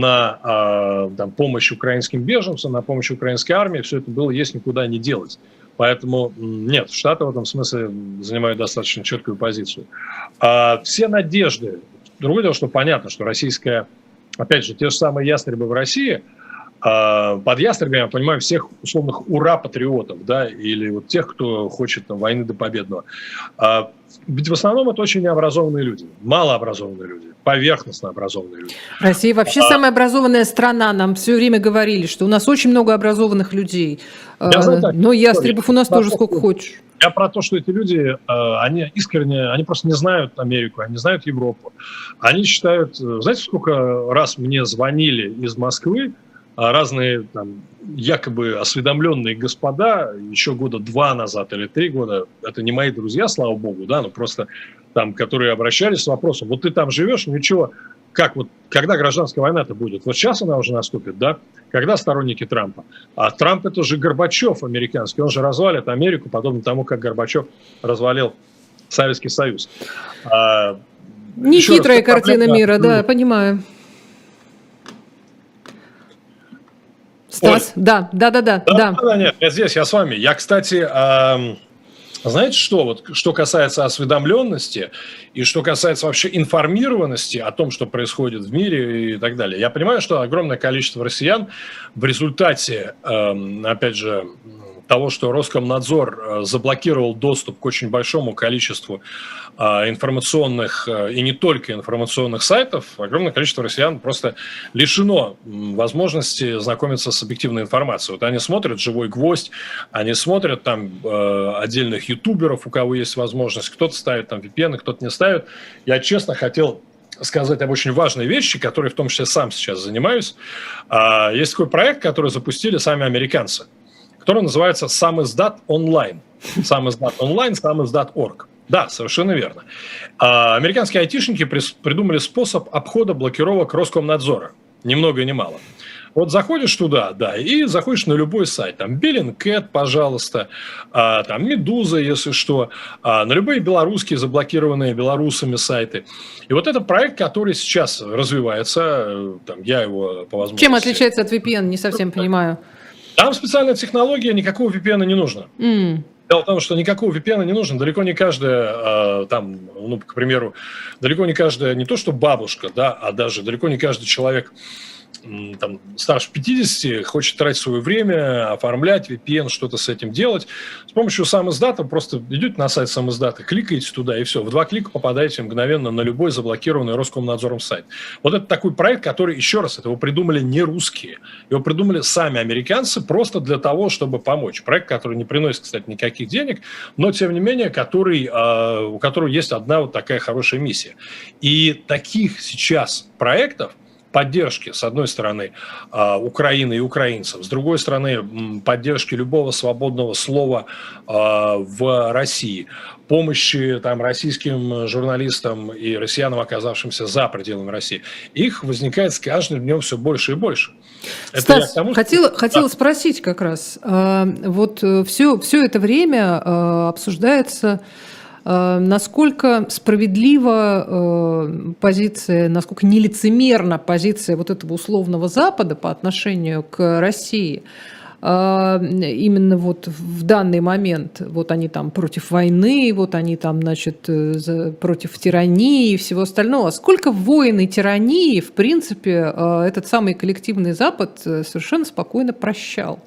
на помощь украинским беженцам, на помощь украинской армии. Все это было, есть, никуда не делать. Поэтому нет, Штаты в этом смысле занимают достаточно четкую позицию. Все надежды. Другое дело, что понятно, что российская, опять же, те же самые ястребы в России, под ястребами я понимаю всех условных ура-патриотов, или тех, кто хочет войны до победного. Ведь в основном это очень необразованные люди, малообразованные люди, поверхностно образованные люди. Россия вообще самая образованная страна. Нам все время говорили, что у нас очень много образованных людей. Но ястребов у нас тоже сколько хочешь. Я про то, что эти люди, они искренне, они просто не знают Америку, они знают Европу. Они считают, знаете, сколько раз мне звонили из Москвы разные там, якобы осведомленные господа еще года 2 назад или 3 года, это не мои друзья, слава богу, да, но просто там, которые обращались с вопросом, вот ты там живешь, ничего, как вот, когда гражданская война-то будет? Вот сейчас она уже наступит, да? Когда сторонники Трампа? А Трамп это же Горбачев американский, он же развалит Америку, подобно тому, как Горбачев развалил Советский Союз. Нехитрая картина мира, да, понимаю. Стас, Оль, да. Нет, здесь я с вами. Я, кстати, знаете что, вот, что касается осведомленности и что касается вообще информированности о том, что происходит в мире и так далее. Я понимаю, что огромное количество россиян в результате, опять же, того, что Роскомнадзор заблокировал доступ к очень большому количеству информационных и не только информационных сайтов, огромное количество россиян просто лишено возможности знакомиться с объективной информацией. Вот они смотрят «Живой гвоздь», они смотрят там отдельных ютуберов, у кого есть возможность, кто-то ставит там VPN, кто-то не ставит. Я честно хотел сказать об очень важной вещи, которой в том числе сам сейчас занимаюсь. Есть такой проект, который запустили сами американцы, который называется «Самиздат онлайн». «Самиздат онлайн», «Самиздат.орг». Да, совершенно верно. Американские айтишники придумали способ обхода блокировок Роскомнадзора. Ни много ни мало. Вот заходишь туда, да, и заходишь на любой сайт. Там Bellingcat, пожалуйста, там Медуза, если что, на любые белорусские, заблокированные белорусами сайты. И вот это проект, который сейчас развивается, там, я его по возможности... Чем отличается от VPN, не совсем понимаю. Там специальная технология, никакого VPN не нужно. Дело в том, что никакого VPN не нужно. Далеко не каждая, там, ну, к примеру, далеко не каждая, не то что бабушка, да, а даже далеко не каждый человек там, старше 50 хочет тратить свое время, оформлять VPN, что-то с этим делать. С помощью самиздата просто идете на сайт самиздата, кликаете туда, и все. В 2 клика попадаете мгновенно на любой заблокированный Роскомнадзором сайт. Вот это такой проект, который, еще раз, это его придумали не русские. Его придумали сами американцы просто для того, чтобы помочь. Проект, который не приносит, кстати, никаких денег, но, тем не менее, у которого есть одна вот такая хорошая миссия. И таких сейчас проектов, поддержки, с одной стороны, Украины и украинцев, с другой стороны, поддержки любого свободного слова в России, помощи там, российским журналистам и россиянам, оказавшимся за пределами России, их возникает с каждым днем все больше и больше. Стас, хотела спросить как раз, вот все это время обсуждается, насколько справедлива позиция, насколько нелицемерна позиция вот этого условного Запада по отношению к России. Именно вот в данный момент, вот они там против войны, вот они там, значит, против тирании и всего остального. Сколько войн и тирании, в принципе, этот самый коллективный Запад совершенно спокойно прощал.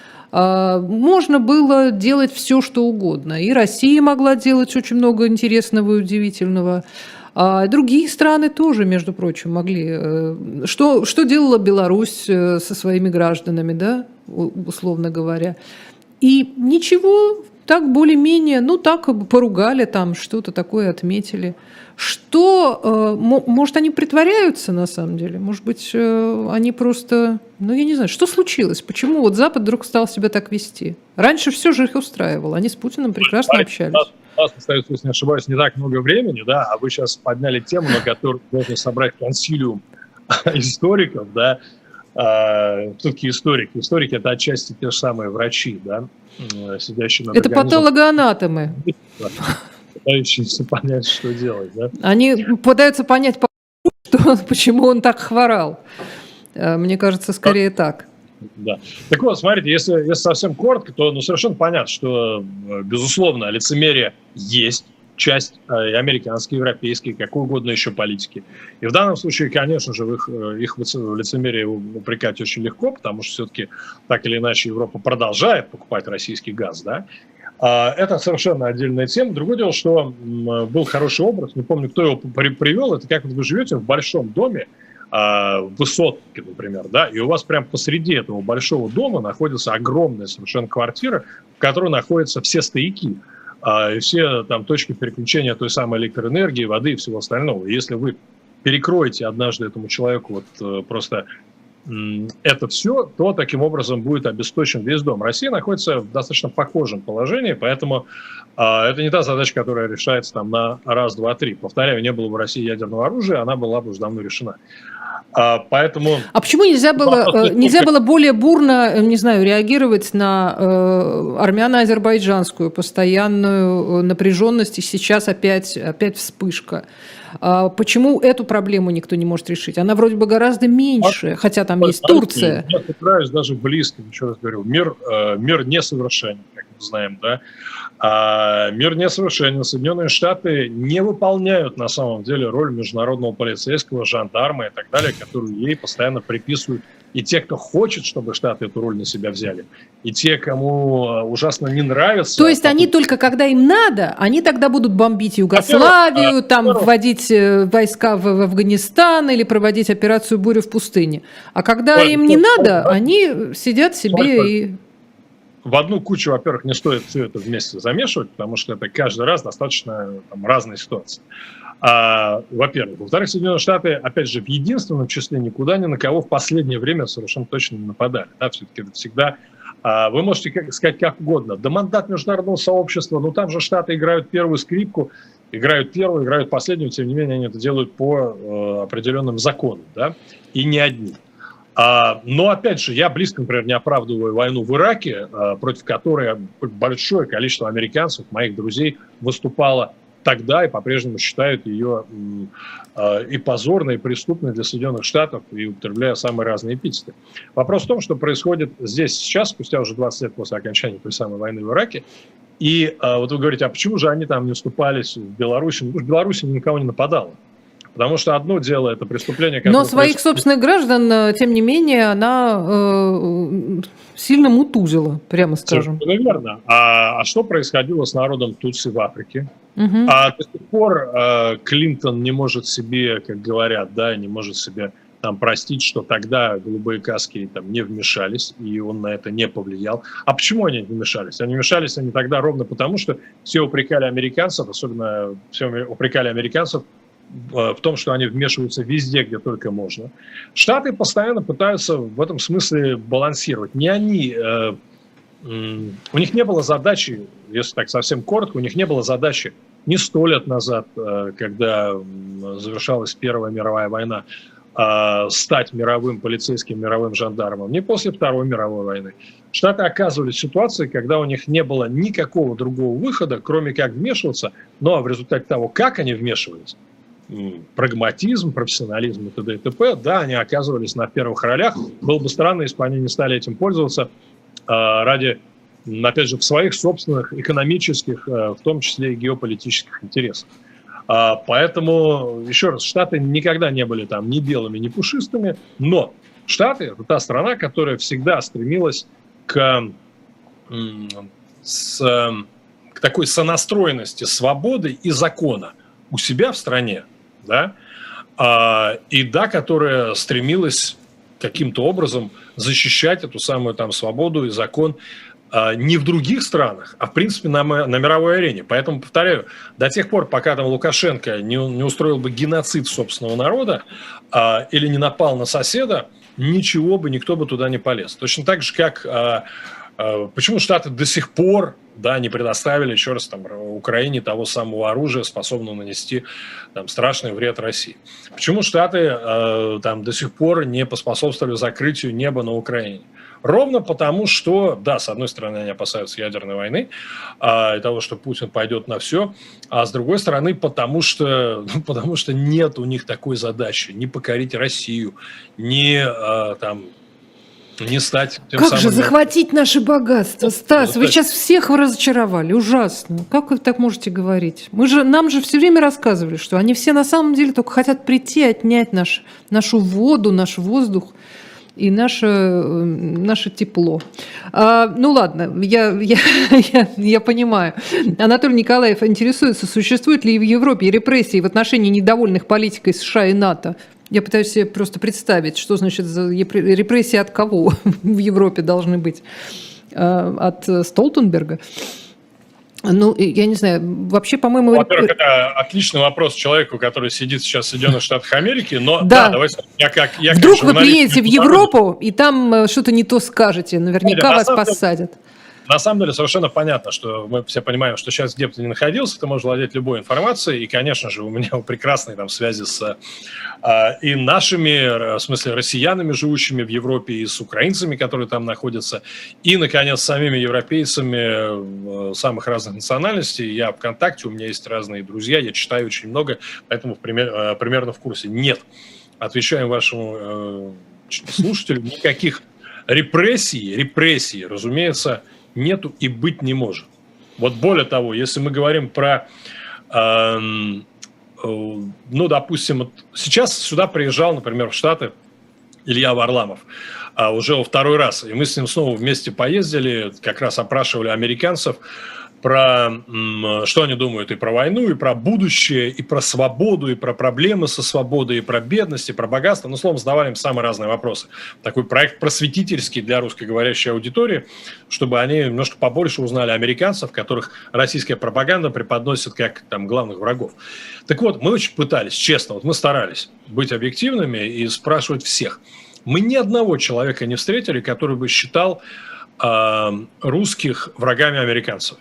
Можно было делать все, что угодно. И Россия могла делать очень много интересного и удивительного. Другие страны тоже, между прочим, могли. Что делала Беларусь со своими гражданами, да, условно говоря. И ничего, так более-менее, ну так поругали там, что-то такое отметили. Что, может, они притворяются на самом деле? Может быть, они просто, ну я не знаю, что случилось? Почему вот Запад вдруг стал себя так вести? Раньше все же их устраивало, они с Путиным прекрасно общались. У нас остается, если не ошибаюсь, не так много времени, да, а вы сейчас подняли тему, на которую можно собрать консилиум историков, да. Все-таки историки. Историки – это отчасти те же самые врачи, да, сидящие над организмом. Это патологоанатомы. Пытающиеся понять, что делать, да? Они пытаются понять, почему он так хворал. Мне кажется, скорее так. Да. Так вот, смотрите, если совсем коротко, то совершенно понятно, что, безусловно, лицемерие есть, часть американской, европейской, какой угодно еще политики. И в данном случае, конечно же, их в лицемерии упрекать очень легко, потому что все-таки так или иначе Европа продолжает покупать российский газ, да. Это совершенно отдельная тема. Другое дело, что был хороший образ, не помню, кто его привел, это как вы живете в большом доме, высотке, например, да, и у вас прямо посреди этого большого дома находится огромная совершенно квартира, в которой находятся все стояки, и все там точки переключения той самой электроэнергии, воды и всего остального. И если вы перекроете однажды этому человеку вот просто это все, то таким образом будет обесточен весь дом. Россия находится в достаточно похожем положении, поэтому это не та задача, которая решается там на раз, два, три. Повторяю, не было бы в России ядерного оружия, она была бы уже давно решена. Поэтому... А почему нельзя было более бурно, не знаю, реагировать на армяно-азербайджанскую постоянную напряженность, и сейчас опять вспышка? Почему эту проблему никто не может решить? Она вроде бы гораздо меньше, хотя там есть Турция. Я собираюсь даже близко, еще раз говорю, мир несовершенен, как мы знаем, да. Мир несовершенен. Соединенные Штаты не выполняют на самом деле роль международного полицейского, жандарма и так далее, которую ей постоянно приписывают и те, кто хочет, чтобы Штаты эту роль на себя взяли, и те, кому ужасно не нравится. То есть они только когда им надо, они тогда будут бомбить Югославию, там вводить войска в Афганистан или проводить операцию «Буря в пустыне». А когда им не надо, они сидят себе и... В одну кучу, во-первых, не стоит все это вместе замешивать, потому что это каждый раз достаточно разные ситуации. Во-первых. Во-вторых, Соединенные Штаты, опять же, в единственном числе никуда ни на кого в последнее время совершенно точно не нападали. Да, все-таки это всегда... Вы можете сказать как угодно. Да мандат международного сообщества, ну там же Штаты играют первую скрипку, играют первую, играют последнюю, тем не менее они это делают по определенным законам, да, и не одни. Но, опять же, я близко, например, не оправдываю войну в Ираке, против которой большое количество американцев, моих друзей, выступало тогда и по-прежнему считают ее и позорной, и преступной для Соединенных Штатов, и употребляя самые разные эпитеты. Вопрос в том, что происходит здесь сейчас, спустя уже 20 лет после окончания той самой войны в Ираке. И вот вы говорите, а почему же они там не вступались в Беларуси? Ну, в Беларуси никого не нападало. Потому что одно дело – это преступление, которое... Но своих собственных граждан, тем не менее, она сильно мутузила, прямо скажем. Совершенно верно. А что происходило с народом Тутси в Африке? Угу. До сих пор Клинтон не может себе, как говорят, да, не может себе там простить, что тогда голубые каски там не вмешались, и он на это не повлиял. А почему они не вмешались? Они вмешались тогда ровно потому, что все упрекали американцев, особенно все упрекали американцев в том, что они вмешиваются везде, где только можно. Штаты постоянно пытаются в этом смысле балансировать. Не они, у них не было задачи, если так совсем коротко, у них не было задачи ни 100 лет назад, когда завершалась Первая мировая война, стать мировым полицейским, мировым жандармом, не после Второй мировой войны. Штаты оказывались в ситуации, когда у них не было никакого другого выхода, кроме как вмешиваться, но в результате того, как они вмешивались, прагматизм, профессионализм и т.д. и т.п., да, они оказывались на первых ролях. Было бы странно, если бы они не стали этим пользоваться ради, опять же, своих собственных экономических, в том числе и геополитических интересов. Поэтому, еще раз, Штаты никогда не были там ни белыми, ни пушистыми, но Штаты – это та страна, которая всегда стремилась к такой сонастроенности свободы и закона у себя в стране, да, и да, которая стремилась каким-то образом защищать эту самую там свободу и закон не в других странах, а в принципе на мировой арене. Поэтому, повторяю, до тех пор, пока там Лукашенко не устроил бы геноцид собственного народа или не напал на соседа, ничего бы, никто бы туда не полез. Точно так же, как почему Штаты до сих пор, да, не предоставили, еще раз, там, Украине того самого оружия, способного нанести там страшный вред России. Почему Штаты там до сих пор не поспособствовали закрытию неба на Украине? Ровно потому, что, да, с одной стороны, они опасаются ядерной войны и того, что Путин пойдет на все, а с другой стороны, потому что нет у них такой задачи не покорить Россию, не стать тем как самым... же захватить наши богатства? Стас, вы сейчас всех разочаровали. Ужасно. Как вы так можете говорить? Нам же все время рассказывали, что они все на самом деле только хотят прийти, отнять нашу воду, наш воздух и наше тепло. Ну ладно, я понимаю. Анатолий Николаев интересуется, существуют ли в Европе репрессии в отношении недовольных политикой США и НАТО? Я пытаюсь себе просто представить, что значит репрессии от кого в Европе должны быть. От Столтенберга? Ну, я не знаю, вообще, по-моему... Во-первых, это отличный вопрос человеку, который сидит сейчас в Соединенных Штатах Америки, но да, давайте, я вдруг как вы приедете в Европу, и там что-то не то скажете, наверняка вас посадят. На самом деле совершенно понятно, что мы все понимаем, что сейчас где бы ты ни находился, ты можешь владеть любой информацией, и, конечно же, у меня прекрасные там связи с и нашими, в смысле, россиянами, живущими в Европе, и с украинцами, которые там находятся, и, наконец, с самими европейцами самых разных национальностей. Я ВКонтакте, у меня есть разные друзья, я читаю очень много, поэтому примерно в курсе. Нет, отвечаем вашему слушателю, никаких репрессий, разумеется, нету и быть не может. Вот более того, если мы говорим про, допустим, вот сейчас сюда приезжал, например, в Штаты Илья Варламов, уже во второй раз, и мы с ним снова вместе поездили, как раз опрашивали американцев про что они думают и про войну, и про будущее, и про свободу, и про проблемы со свободой, и про бедность, и про богатство. Ну, словом, задавали им самые разные вопросы. Такой проект просветительский для русскоговорящей аудитории, чтобы они немножко побольше узнали американцев, которых российская пропаганда преподносит как там главных врагов. Так вот, мы очень пытались, честно, вот мы старались быть объективными и спрашивать всех. Мы ни одного человека не встретили, который бы считал русских врагами американцев.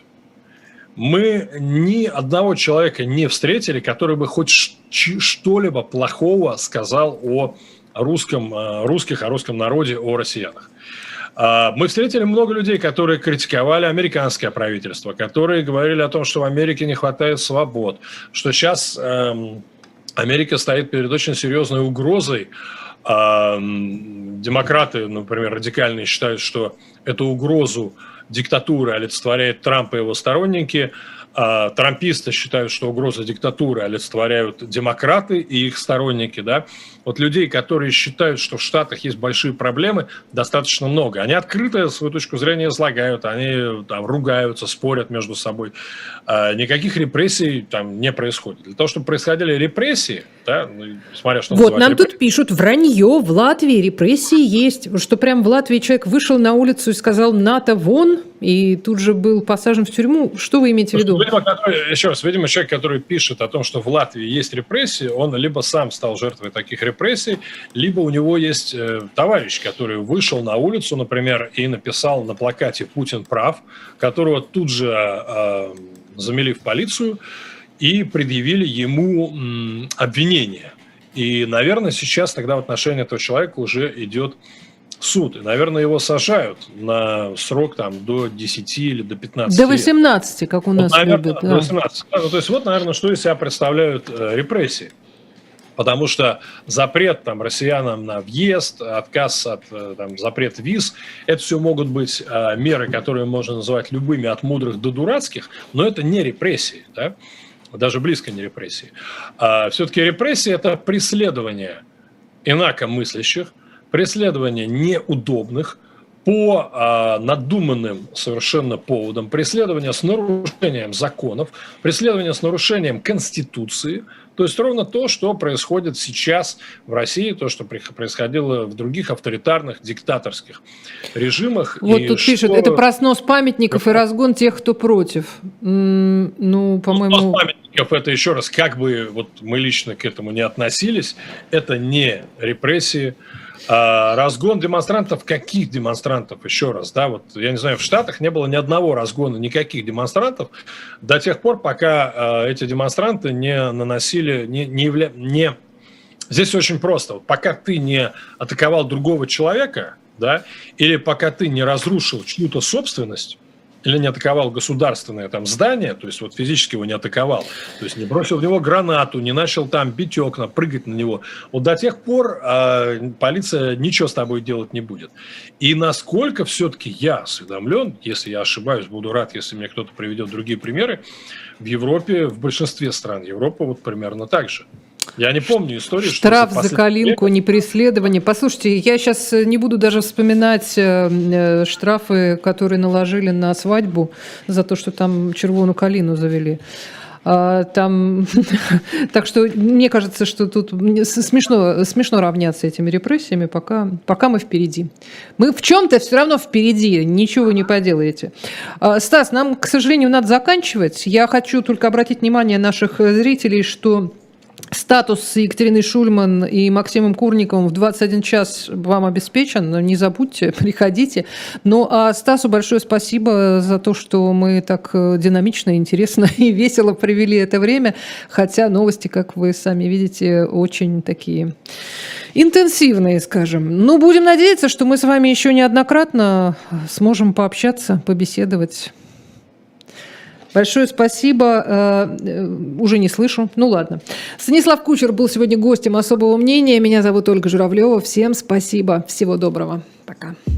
Мы ни одного человека не встретили, который бы хоть что-либо плохого сказал о русском народе, о россиянах. Мы встретили много людей, которые критиковали американское правительство, которые говорили о том, что в Америке не хватает свобод, что сейчас Америка стоит перед очень серьезной угрозой. Демократы, например, радикальные считают, что эту угрозу диктатуры олицетворяет Трамп и его сторонники. Трамписты считают, что угрозу диктатуры олицетворяют демократы и их сторонники. Да? Вот людей, которые считают, что в Штатах есть большие проблемы, достаточно много. Они открыто свою точку зрения излагают, они там ругаются, спорят между собой. Никаких репрессий там не происходит. Для того, чтобы происходили репрессии, да, смотря что вот нам тут пишут, вранье, в Латвии репрессии есть. Что прям в Латвии человек вышел на улицу и сказал «НАТО вон», и тут же был посажен в тюрьму. Что вы имеете в виду? Еще раз, видимо, человек, который пишет о том, что в Латвии есть репрессии, он либо сам стал жертвой таких репрессий, либо у него есть товарищ, который вышел на улицу, например, и написал на плакате «Путин прав», которого тут же замели в полицию и предъявили ему обвинение. И, наверное, сейчас тогда в отношении этого человека уже идет суд. И, наверное, его сажают на срок там, до 10 или до 15 лет. До 18, как у нас любят. До 18. Да. Ну, то есть вот, наверное, что из себя представляют репрессии. Потому что запрет там, россиянам на въезд, отказ от запрет виз, это все могут быть меры, которые можно называть любыми от мудрых до дурацких, но это не репрессии, да? Даже близко не репрессии. Все-таки репрессии – это преследование инакомыслящих, преследование неудобных по надуманным совершенно поводам, преследование с нарушением законов, преследование с нарушением Конституции. То есть ровно то, что происходит сейчас в России, то, что происходило в других авторитарных, диктаторских режимах. Вот и тут пишут, это про снос памятников и разгон тех, кто против. Ну, по-моему... Снос памятников, это еще раз, как бы вот мы лично к этому не относились, это не репрессии. Разгон демонстрантов, каких демонстрантов, еще раз, да, вот я не знаю, в Штатах не было ни одного разгона никаких демонстрантов до тех пор, пока эти демонстранты не наносили, Здесь очень просто, пока ты не атаковал другого человека, да, или пока ты не разрушил чью-то собственность, или не атаковал государственное там здание, то есть вот физически его не атаковал, то есть не бросил в него гранату, не начал там бить окна, прыгать на него, вот до тех пор полиция ничего с тобой делать не будет. И насколько все-таки я осведомлен, если я ошибаюсь, буду рад, если мне кто-то приведет другие примеры, в Европе, в большинстве стран Европы вот примерно так же. Я не помню историю, штраф за калинку, не преследование. Послушайте, я сейчас не буду даже вспоминать штрафы, которые наложили на свадьбу за то, что там червоную калину завели. Там, так что мне кажется, что тут смешно равняться этими репрессиями, пока мы впереди. Мы в чем-то все равно впереди, ничего вы не поделаете. Стас, нам, к сожалению, надо заканчивать. Я хочу только обратить внимание наших зрителей, что статус с Екатериной Шульман и Максимом Курниковым в 21 час вам обеспечен. Не забудьте, приходите. Ну, а Стасу большое спасибо за то, что мы так динамично, интересно и весело провели это время. Хотя новости, как вы сами видите, очень такие интенсивные, скажем. Ну, будем надеяться, что мы с вами еще неоднократно сможем пообщаться, побеседовать. Большое спасибо. Уже не слышу. Ну ладно. Станислав Кучер был сегодня гостем «Особого мнения». Меня зовут Ольга Журавлева. Всем спасибо. Всего доброго. Пока.